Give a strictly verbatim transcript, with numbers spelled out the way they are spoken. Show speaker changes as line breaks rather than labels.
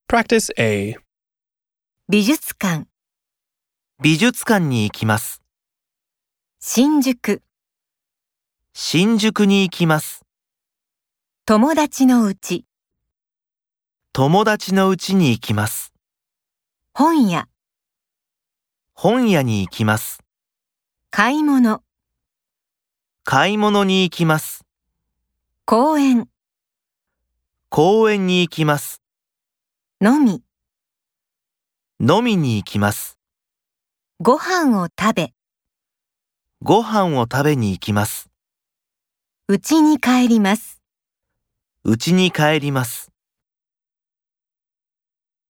Practice A.
美術館、
美術館に行きます。
新宿、
新宿に行きます。
友達のうち、
友達の家に行きます。
本屋、
本屋に行きます。
買い物、
買い物に行きます。
公園、
公園に行きます。
飲み、
飲みに行きます。
ご飯を食べ、
ご飯を食べに行きます。
家に帰ります。
家に帰ります。